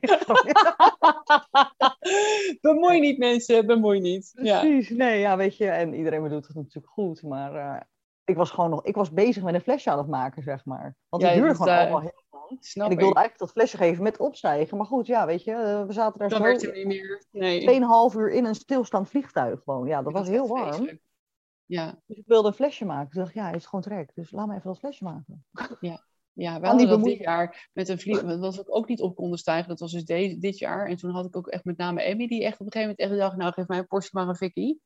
Bemoei niet mensen, bemoei niet. Precies, nee, ja, weet je. En iedereen doet het natuurlijk goed. Maar ik was bezig met een flesje aan het maken, zeg maar. Want het duurde gewoon allemaal heel lang. En ik wilde eigenlijk dat flesje geven met opstijgen. Maar goed, ja, weet je, we zaten daar dan zo... werd het niet meer. Nee. 2,5 uur in een stilstaand vliegtuig gewoon. Ja, dat was heel warm. Vreselijk. Ja. Dus ik wilde een flesje maken. Toen dacht ik, ja, hij is gewoon trek. Dus laat me even dat flesje maken. Ja, wij hadden dat dit jaar met een vlieg... Dat was ook niet op konden stijgen. Dat was dus dit jaar. En toen had ik ook echt met name Emmy, die echt op een gegeven moment echt dacht... Nou, geef mij een portie maar een Vicky.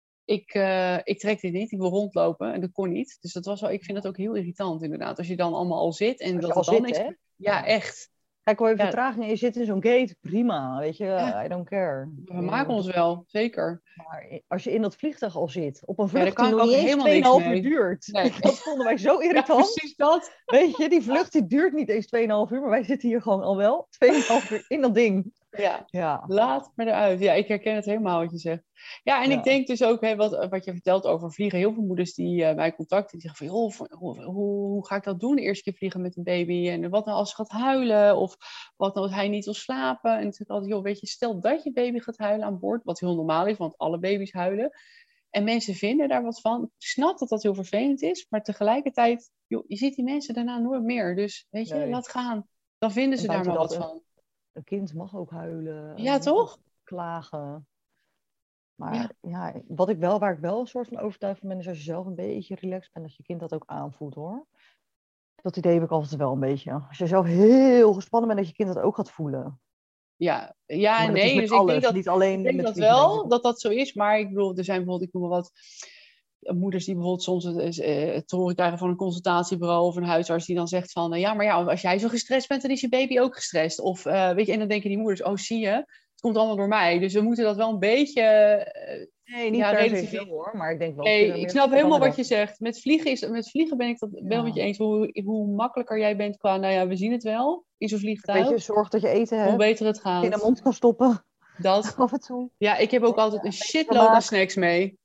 Ik trek dit niet. Ik wil rondlopen. En dat kon niet. Dus dat was wel... Ik vind dat ook heel irritant, inderdaad. Als je dan allemaal al zit. En dat het dan zit, is... Hè? Ja, echt. Kijk, hoor je vertraging en je zit in zo'n gate, prima, weet je, I don't care. We maken ons wel, zeker. Maar als je in dat vliegtuig al zit, op een vlucht die nog niet eens 2,5 uur duurt. Nee. Dat vonden wij zo irritant. Ja, precies dat. Weet je, die vlucht die duurt niet eens 2,5 uur, maar wij zitten hier gewoon al wel 2,5 uur in dat ding. Ja, laat me eruit. Ja, ik herken het helemaal wat je zegt. Ja, en ik denk dus ook, wat je vertelt over vliegen. Heel veel moeders die mij contacten, die zeggen van, hoe ga ik dat doen? De eerste keer vliegen met een baby. En wat nou als ze gaat huilen? Of wat nou als hij niet wil slapen? En toen zeg ik altijd, weet je, stel dat je baby gaat huilen aan boord. Wat heel normaal is, want alle baby's huilen. En mensen vinden daar wat van. Ik snap dat dat heel vervelend is. Maar tegelijkertijd, je ziet die mensen daarna nooit meer. Dus weet je, laat gaan. Dan vinden ze daar maar wat van. Een kind mag ook huilen. Ja, toch? Klagen. Maar waar ik wel een soort van overtuigd van ben, is als je zelf een beetje relaxed bent, dat je kind dat ook aanvoelt, hoor. Dat idee heb ik altijd wel een beetje. Als je zelf heel gespannen bent, dat je kind dat ook gaat voelen. Ja en nee. Dus alles, ik denk dat, niet alleen dat wel, dat zo is. Maar ik bedoel, er zijn bijvoorbeeld, ik noem maar wat, moeders die bijvoorbeeld soms het te horen krijgen van een consultatiebureau of een huisarts die dan zegt van, als jij zo gestrest bent, dan is je baby ook gestrest. Of weet je, en dan denken die moeders, zie je, het komt allemaal door mij. Dus we moeten dat wel een beetje... nee, niet per se zo, hoor, maar ik denk wel... Nee, ik snap helemaal wat je zegt. Met vliegen ben ik dat wel met je eens. Hoe makkelijker jij bent qua, we zien het wel, in zo'n vliegtuig. Weet je, zorg dat je eten hebt. Hoe beter het gaat. In de mond kan stoppen. Dat. Af en toe. Ja, ik heb ook altijd een shitload aan snacks mee.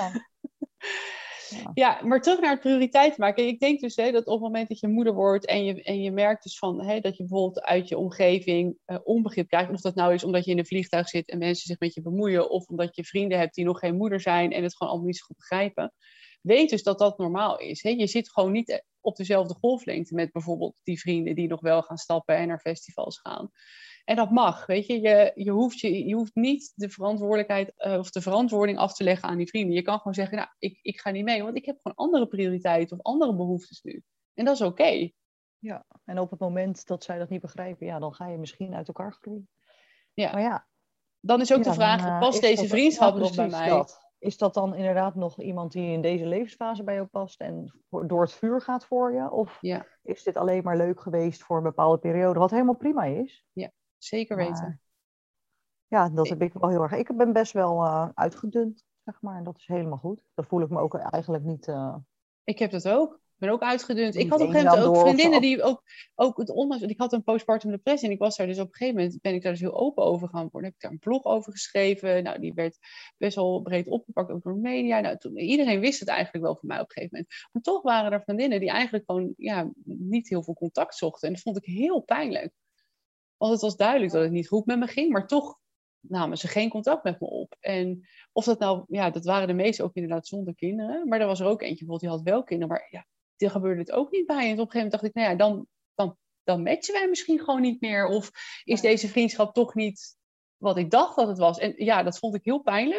Ja, maar terug naar het prioriteit maken. Ik denk dus dat op het moment dat je moeder wordt en je merkt dus van dat je bijvoorbeeld uit je omgeving onbegrip krijgt. Of dat nou is omdat je in een vliegtuig zit en mensen zich met je bemoeien. Of omdat je vrienden hebt die nog geen moeder zijn en het gewoon allemaal niet zo goed begrijpen. Weet dus dat dat normaal is. Je zit gewoon niet op dezelfde golflengte met bijvoorbeeld die vrienden die nog wel gaan stappen en naar festivals gaan. En dat mag, weet je. Je hoeft niet de verantwoordelijkheid of de verantwoording af te leggen aan die vrienden. Je kan gewoon zeggen, ik ga niet mee, want ik heb gewoon andere prioriteiten of andere behoeftes nu. En dat is oké. Ja, en op het moment dat zij dat niet begrijpen, dan ga je misschien uit elkaar groeien. Ja. Maar dan is ook de vraag, past deze vriendschap nog bij mij? Is dat dan inderdaad nog iemand die in deze levensfase bij jou past en door het vuur gaat voor je? Of is dit alleen maar leuk geweest voor een bepaalde periode, wat helemaal prima is? Ja. Zeker weten. Ja, dat heb ik wel heel erg. Ik ben best wel uitgedund, zeg maar. En dat is helemaal goed. Dat voel ik me ook eigenlijk niet... Ik heb dat ook. Ik ben ook uitgedund. Ik had op een gegeven moment ook vriendinnen die ook het ondanks... Ik had een postpartum depressie en ik was daar dus op een gegeven moment... ben ik daar dus heel open over gaan worden. Heb ik daar een blog over geschreven. Nou, die werd best wel breed opgepakt, ook door de media. Nou, iedereen wist het eigenlijk wel van mij op een gegeven moment. Maar toch waren er vriendinnen die eigenlijk gewoon niet heel veel contact zochten. En dat vond ik heel pijnlijk. Want het was duidelijk dat het niet goed met me ging, maar toch namen ze geen contact met me op. En of dat nou, dat waren de meeste ook inderdaad zonder kinderen. Maar er was er ook eentje, bijvoorbeeld, die had wel kinderen. Maar die gebeurde het ook niet bij. En op een gegeven moment dacht ik, dan matchen wij misschien gewoon niet meer. Of is deze vriendschap toch niet wat ik dacht dat het was. En dat vond ik heel pijnlijk.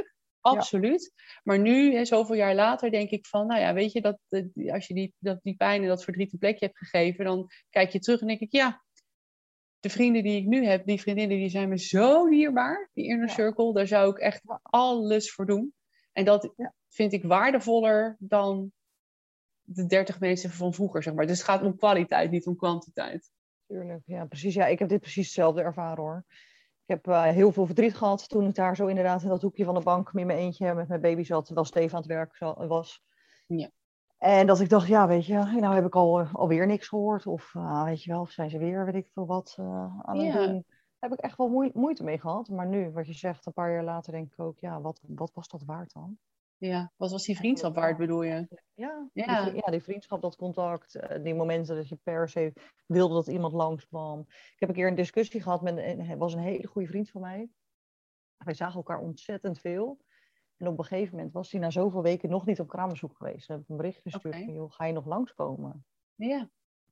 absoluut. Maar nu, hè, zoveel jaar later, denk ik van, nou ja, weet je, als je die pijn en dat verdriet een plekje hebt gegeven, dan kijk je terug en denk ik, ja, de vrienden die ik nu heb, die vriendinnen, die zijn me zo dierbaar, die inner circle, daar zou ik echt alles voor doen. En dat vind ik waardevoller dan de 30 mensen van vroeger, zeg maar. Dus het gaat om kwaliteit, niet om kwantiteit. Tuurlijk, ja, precies. Ja, ik heb dit precies hetzelfde ervaren, hoor. Ik heb heel veel verdriet gehad toen ik daar zo inderdaad in dat hoekje van de bank in mijn eentje met mijn baby zat, terwijl Steve aan het werk was. Ja. En dat ik dacht, ja, weet je, nou heb ik alweer niks gehoord. Of weet je wel, of zijn ze weer, weet ik veel wat, aan het doen. Daar heb ik echt wel moeite mee gehad. Maar nu, wat je zegt, een paar jaar later denk ik ook, ja, wat was dat waard dan? Ja, wat was die vriendschap waard, bedoel je? Die vriendschap, dat contact, die momenten dat je per se wilde dat iemand langskwam. Ik heb een keer een discussie gehad hij was een hele goede vriend van mij. Wij zagen elkaar ontzettend veel. En op een gegeven moment was hij na zoveel weken nog niet op kraambezoek geweest. Dan heb ik een bericht gestuurd van, joh, ga je nog langskomen? Ja.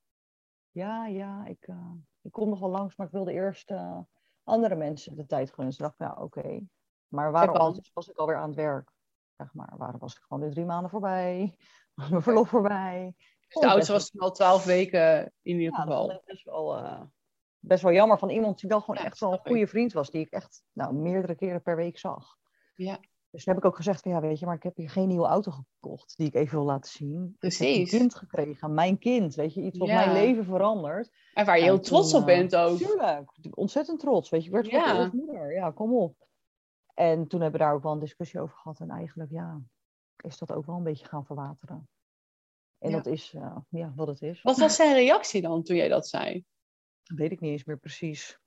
Ja, ik kom nog wel langs, maar ik wilde eerst andere mensen de tijd gunnen. Dus dacht ik, ja, oké. Maar waarom was ik alweer aan het werk? Zeg maar, waarom was ik gewoon weer 3 maanden voorbij? Was mijn verlof voorbij? Dus de oudste was al 12 weken in ieder geval. Dat vond ik best wel jammer van iemand die wel gewoon echt wel een goede vriend was. Die ik echt meerdere keren per week zag. Ja. Dus toen heb ik ook gezegd van, ja, weet je, maar ik heb hier geen nieuwe auto gekocht die ik even wil laten zien. Precies. Ik heb een kind gekregen, mijn kind, weet je, iets wat mijn leven verandert. En waar je heel trots op bent ook. Tuurlijk, ontzettend trots, weet je, ik werd gewoon als moeder, ja, kom op. En toen hebben we daar ook wel een discussie over gehad en eigenlijk, ja, is dat ook wel een beetje gaan verwateren. En dat is, wat het is. Wat was zijn reactie dan toen jij dat zei? Dat weet ik niet eens meer precies.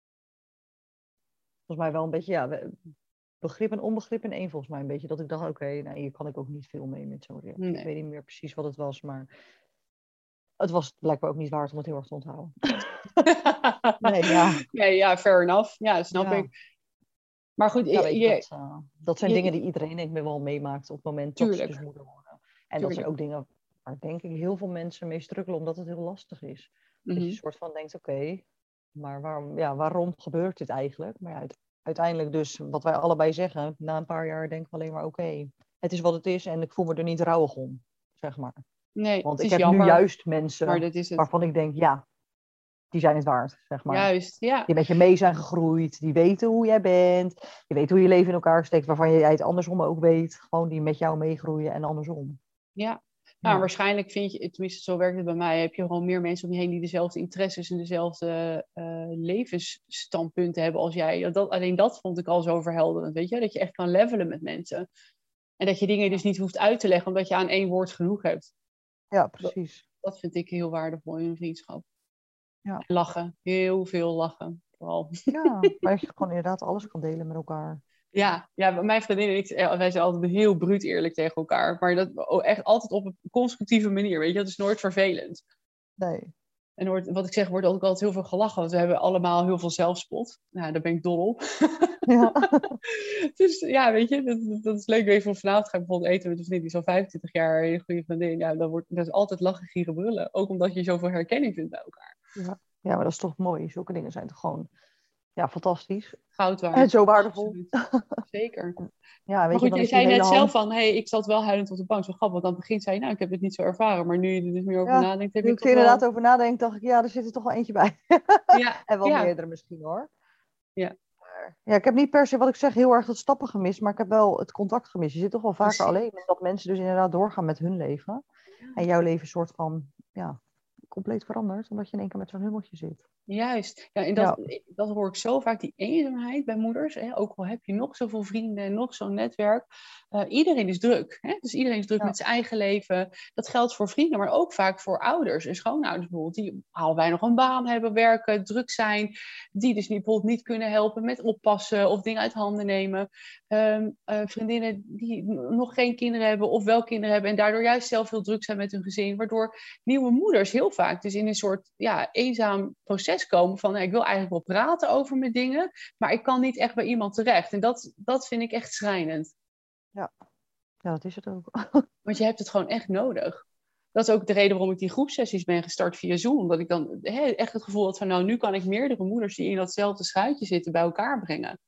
Volgens mij wel een beetje, begrip en onbegrip in één volgens mij een beetje. Dat ik dacht, oké, hier kan ik ook niet veel mee met zo'n reactie. Nee. Ik weet niet meer precies wat het was, maar het was blijkbaar ook niet waard om het heel erg te onthouden. Nee, fair enough. Ja, snap ik. Maar goed, dat zijn dingen die iedereen denk ik wel meemaakt op het moment dat ze dus moeder worden. En dat zijn ook dingen waar denk ik heel veel mensen mee struggelen, omdat het heel lastig is. Dat je een soort van denkt, oké, maar waarom gebeurt dit eigenlijk? Maar ja, uiteindelijk dus, wat wij allebei zeggen, na een paar jaar denk ik alleen maar, oké, het is wat het is en ik voel me er niet rouwig om, zeg maar. Nee, want ik heb nu juist mensen waarvan ik denk, ja, die zijn het waard, zeg maar. Juist, ja. Die met je mee zijn gegroeid, die weten hoe jij bent, je weet hoe je leven in elkaar steekt, waarvan jij het andersom ook weet, gewoon die met jou meegroeien en andersom. Ja. Nou, waarschijnlijk vind je, tenminste zo werkt het bij mij, heb je gewoon meer mensen om je heen die dezelfde interesses en dezelfde levensstandpunten hebben als jij. Alleen dat vond ik al zo verhelderend, weet je, dat je echt kan levelen met mensen. En dat je dingen dus niet hoeft uit te leggen, omdat je aan 1 woord genoeg hebt. Ja, precies. Dat vind ik heel waardevol in een vriendschap. Ja. Lachen, heel veel lachen, vooral. Ja, waar je gewoon inderdaad alles kan delen met elkaar. Ja, mijn vriendin en ik, wij zijn altijd heel bruut eerlijk tegen elkaar. Maar dat echt altijd op een constructieve manier, weet je. Dat is nooit vervelend. Nee. En wat ik zeg, wordt ook altijd heel veel gelachen. Want we hebben allemaal heel veel zelfspot. Nou, daar ben ik dol op. Ja. Dus ja, weet je, dat is leuk. Weet je, vanavond ga ik bijvoorbeeld eten met een vriend die is al 25 jaar een goede vriendin. Ja, dat is altijd lachen, gieren, brullen. Ook omdat je zoveel herkenning vindt bij elkaar. Ja, maar dat is toch mooi. Zulke dingen zijn toch gewoon fantastisch. Goud waard. En zo waardevol. Absoluut. Zeker. Ja, weet maar goed, je zei net zelf van, ik zat wel huilend op de bank. Zo grappig, want aan het begin zei je, ik heb het niet zo ervaren. Maar nu je er dus meer over nadenkt, heb nu ik er inderdaad over nadenk, dacht ik, er zit er toch wel eentje bij. En wel meerdere misschien, hoor. Ja. Ja, ik heb niet per se, wat ik zeg, heel erg het stappen gemist. Maar ik heb wel het contact gemist. Je zit toch wel vaker alleen. Omdat mensen dus inderdaad doorgaan met hun leven. Ja. En jouw leven soort van, compleet verandert. Omdat je in één keer met zo'n hummeltje zit. Juist. Ja, en dat hoor ik zo vaak, die eenzaamheid bij moeders. Hè? Ook al heb je nog zoveel vrienden en nog zo'n netwerk. Iedereen is druk. Hè? Dus iedereen is druk met zijn eigen leven. Dat geldt voor vrienden, maar ook vaak voor ouders en schoonouders bijvoorbeeld. Die al wij nog een baan hebben, werken, druk zijn. Die dus bijvoorbeeld niet kunnen helpen met oppassen of dingen uit handen nemen. Vriendinnen die nog geen kinderen hebben of wel kinderen hebben. En daardoor juist zelf heel druk zijn met hun gezin. Waardoor nieuwe moeders heel vaak dus in een soort eenzaam proces komen van, ik wil eigenlijk wel praten over mijn dingen, maar ik kan niet echt bij iemand terecht. En dat vind ik echt schrijnend. Ja, dat is het ook. Want je hebt het gewoon echt nodig. Dat is ook de reden waarom ik die groepsessies ben gestart via Zoom. Omdat ik dan echt het gevoel had van, nu kan ik meerdere moeders die in datzelfde schuitje zitten bij elkaar brengen.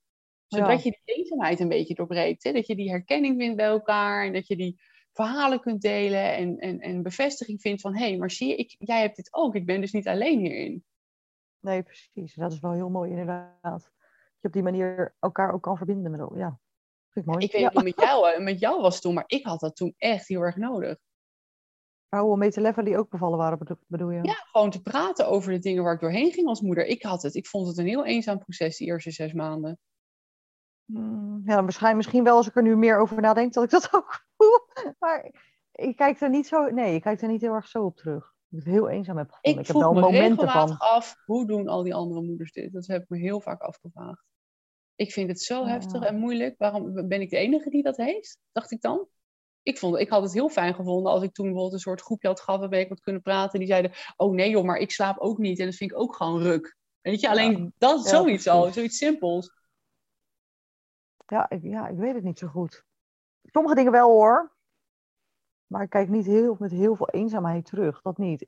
Zodat je die eenzaamheid een beetje doorbreekt. Hè? Dat je die herkenning vindt bij elkaar. En dat je die verhalen kunt delen. En bevestiging vindt van... hé, maar zie je, jij hebt dit ook. Ik ben dus niet alleen hierin. Nee, precies. Dat is wel heel mooi inderdaad. Dat je op die manier elkaar ook kan verbinden met elkaar. Ja, vind ik mooi. Ik weet niet met jou was het toen. Maar ik had dat toen echt heel erg nodig. Vrouwen om mee te levelen die ook bevallen waren, bedoel je? Ja, gewoon te praten over de dingen waar ik doorheen ging als moeder. Ik vond het een heel eenzaam proces die eerste 6 maanden. Ja, misschien wel als ik er nu meer over nadenk dat ik dat ook voel. Maar ik kijk er niet heel erg zo op terug. Dat ik het heel eenzaam heb gevonden. Ik vroeg me regelmatig af, hoe doen al die andere moeders dit? Dat heb ik me heel vaak afgevraagd. Ik vind het zo heftig en moeilijk. Waarom ben ik de enige die dat heeft? Dacht ik dan. Ik had het heel fijn gevonden als ik toen bijvoorbeeld een soort groepje had gehad waarbij ik wat kunnen praten. Die zeiden, oh nee joh, maar ik slaap ook niet. En dat vind ik ook gewoon ruk. Weet je, alleen dat is zoiets simpels. Ja, ik weet het niet zo goed. Sommige dingen wel hoor. Maar ik kijk niet met heel veel eenzaamheid terug. Dat niet.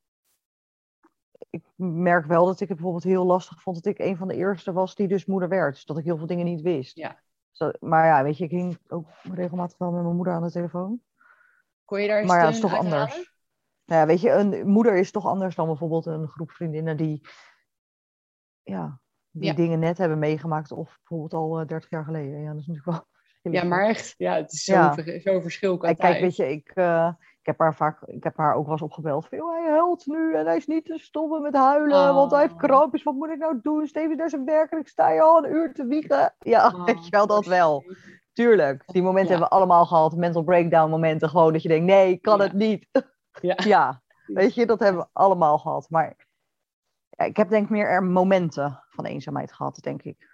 Ik merk wel dat ik het bijvoorbeeld heel lastig vond dat ik een van de eerste was die dus moeder werd. Dus dat ik heel veel dingen niet wist. Ja. Maar ja, weet je, ik hing ook regelmatig wel met mijn moeder aan de telefoon. Kon je daar maar ja, dat is toch anders. Nou ja, weet je, een moeder is toch anders dan bijvoorbeeld een groep vriendinnen die dingen net hebben meegemaakt of bijvoorbeeld al 30 jaar geleden. Ja, dat is natuurlijk wel verschillend. Ja, maar echt, het is zo verschil qua tijd. Kijk, weet je, ik heb haar ook wel eens opgebeld. Van, hij huilt nu en hij is niet te stoppen met huilen, want hij heeft krampjes. Wat moet ik nou doen? Steven naar zijn werk en ik sta hier al een uur te wiegen. Ja, weet je wel, dat wel. Tuurlijk, die momenten hebben we allemaal gehad. Mental breakdown momenten, gewoon dat je denkt, nee, ik kan het niet. Ja, weet je, dat hebben we allemaal gehad. Maar ik heb denk ik meer momenten van eenzaamheid gehad, denk ik.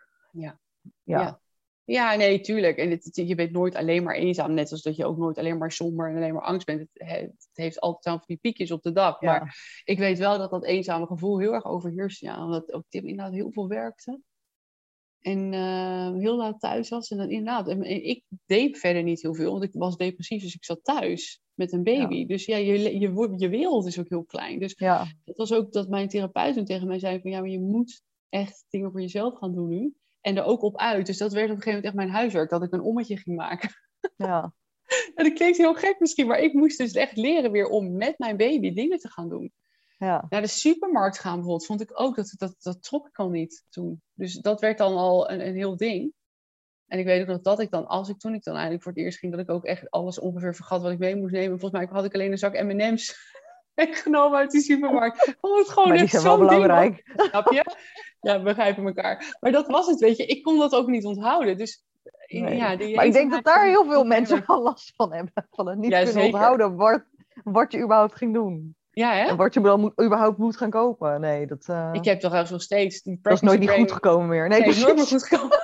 Ja, nee, tuurlijk. En je bent nooit alleen maar eenzaam. Net als dat je ook nooit alleen maar somber en alleen maar angst bent. Het heeft altijd aan van die piekjes op de dag. Ja. Maar ik weet wel dat eenzame gevoel heel erg overheerst. Ja, omdat ook Tim inderdaad heel veel werkte. En heel laat thuis was. En dan inderdaad. En ik deed verder niet heel veel. Want ik was depressief. Dus ik zat thuis met een baby. Ja. Dus ja, je wereld is ook heel klein. Dus het was ook dat mijn therapeut toen tegen mij zei van... Ja, maar je moet echt dingen voor jezelf gaan doen nu. En er ook op uit. Dus dat werd op een gegeven moment echt mijn huiswerk. Dat ik een ommetje ging maken. Ja. En dat klinkt heel gek misschien. Maar ik moest dus echt leren weer om met mijn baby dingen te gaan doen. Ja. Naar de supermarkt gaan bijvoorbeeld. Vond ik ook dat trok ik al niet toen. Dus dat werd dan al een heel ding. En ik weet ook nog dat ik dan, toen ik dan eindelijk voor het eerst ging. Dat ik ook echt alles ongeveer vergat wat ik mee moest nemen. Volgens mij had ik alleen een zak M&M's meegenomen uit die supermarkt. Oh, het gewoon maar die zijn wel belangrijk. Ding, snap je? Ja, we begrijpen elkaar. Maar dat was het, weet je. Ik kon dat ook niet onthouden. Dus, nee. Maar ik denk dat daar heel veel mensen wel last van hebben. Van het niet kunnen onthouden wat je überhaupt ging doen. Ja, hè? En wat je dan überhaupt moet gaan kopen. Nee, dat... Ik heb toch echt nog steeds... Dat is nooit niet goed gekomen meer. Nee, is nooit meer goed gekomen.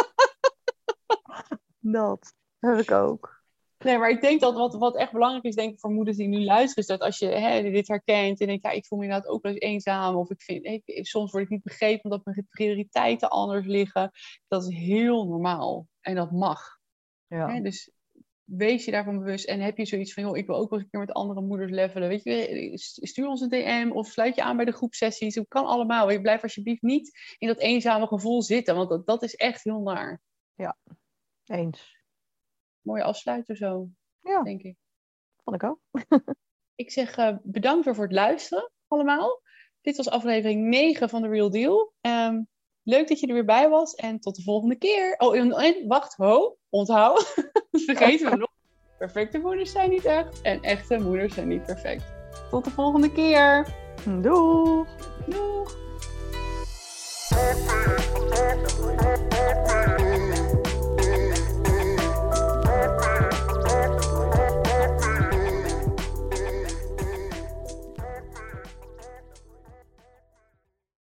Dat heb ik ook. Nee, maar ik denk dat wat echt belangrijk is, denk ik, voor moeders die nu luisteren, is dat als je dit herkent en denkt, ik voel me inderdaad ook wel eens eenzaam, of soms word ik niet begrepen omdat mijn prioriteiten anders liggen. Dat is heel normaal. En dat mag. Ja. Dus wees je daarvan bewust. En heb je zoiets van, joh, ik wil ook wel eens een keer met andere moeders levelen. Weet je, stuur ons een DM of sluit je aan bij de groepsessies. Het kan allemaal. Je blijft alsjeblieft niet in dat eenzame gevoel zitten, want dat is echt heel naar. Ja, eens. Mooie afsluiter zo, denk ik. Vond ik ook. Ik zeg bedankt voor het luisteren allemaal. Dit was aflevering 9 van The Real Deal. Leuk dat je er weer bij was en tot de volgende keer. Oh, en wacht, onthoud. Vergeten we nog. Perfecte moeders zijn niet echt en echte moeders zijn niet perfect. Tot de volgende keer. Doeg. Doeg.